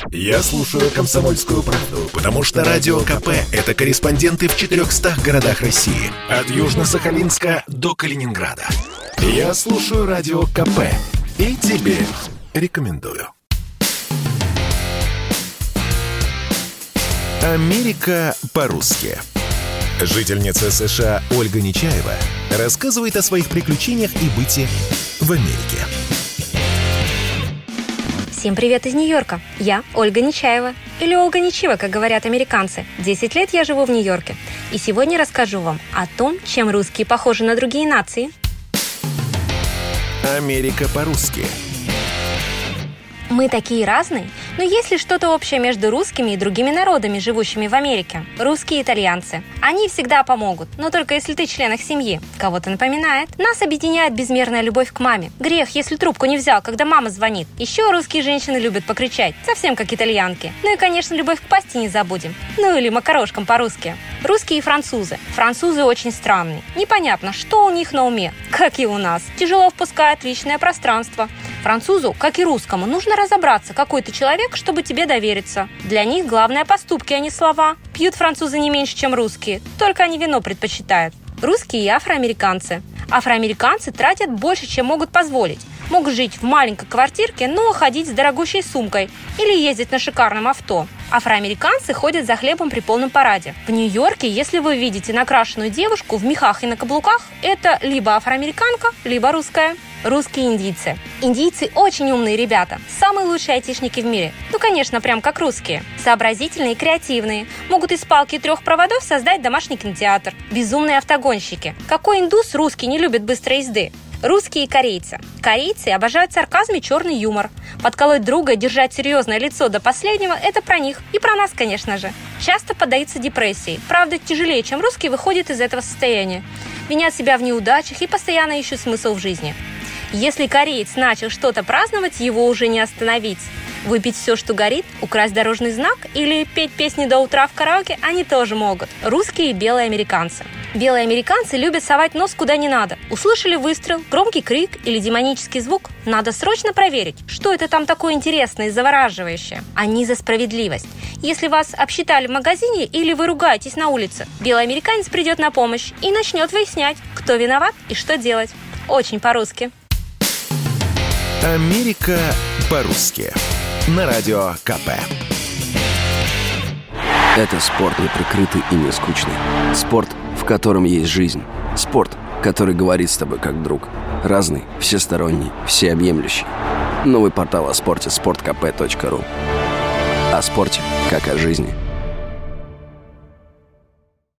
Я слушаю «Комсомольскую правду», потому что Радио КП – это корреспонденты в 400 городах России. От Южно-Сахалинска до Калининграда. Я слушаю Радио КП и тебе рекомендую. Америка по-русски. Жительница США Ольга Нечаева рассказывает о своих приключениях и быте в Америке. Всем привет из Нью-Йорка. Я Ольга Нечаева. Или Ольга Нечива, как говорят американцы. 10 лет я живу в Нью-Йорке. И сегодня расскажу вам о том, чем русские похожи на другие нации. Америка по-русски. Мы такие разные, но есть ли что-то общее между русскими и другими народами, живущими в Америке? Русские и итальянцы. Они всегда помогут, но только если ты член их семьи. Кого-то напоминает. Нас объединяет безмерная любовь к маме. Грех, если трубку не взял, когда мама звонит. Еще русские женщины любят покричать, совсем как итальянки. Ну и, конечно, любовь к пасте не забудем. Ну или макарошкам по-русски. Русские и французы. Французы очень странные. Непонятно, что у них на уме, как и у нас. Тяжело впускают в личное пространство. Французу, как и русскому, нужно разобраться, какой ты человек, чтобы тебе довериться. Для них главное поступки, а не слова. Пьют французы не меньше, чем русские, только они вино предпочитают. Русские и афроамериканцы. Афроамериканцы тратят больше, чем могут позволить. Могут жить в маленькой квартирке, но ходить с дорогущей сумкой или ездить на шикарном авто. Афроамериканцы ходят за хлебом при полном параде. В Нью-Йорке, если вы видите накрашенную девушку в мехах и на каблуках, это либо афроамериканка, либо русская. Русские индийцы. Индийцы очень умные ребята, самые лучшие айтишники в мире. Ну, конечно, прям как русские. Сообразительные и креативные. Могут из палки и 3 проводов создать домашний кинотеатр. Безумные автогонщики. Какой индус русский не любит быстрой езды? Русские и корейцы. Корейцы обожают сарказм и черный юмор. Подколоть друга и держать серьезное лицо до последнего – это про них. И про нас, конечно же. Часто поддаются депрессии. Правда, тяжелее, чем русские, выходят из этого состояния. Винят себя в неудачах и постоянно ищут смысл в жизни. Если кореец начал что-то праздновать, его уже не остановить. Выпить все, что горит, украсть дорожный знак или петь песни до утра в караоке они тоже могут. Русские и белые американцы. Белые американцы любят совать нос куда не надо. Услышали выстрел, громкий крик или демонический звук? Надо срочно проверить, что это там такое интересное и завораживающее. Они за справедливость. Если вас обсчитали в магазине или вы ругаетесь на улице, белый американец придет на помощь и начнет выяснять, кто виноват и что делать. Очень по-русски. Америка по-русски. На Радио КП. Это спорт неприкрытый и не скучный. Спорт, в котором есть жизнь. Спорт, который говорит с тобой как друг. Разный, всесторонний, всеобъемлющий. Новый портал о спорте – sportkp.ru. О спорте, как о жизни.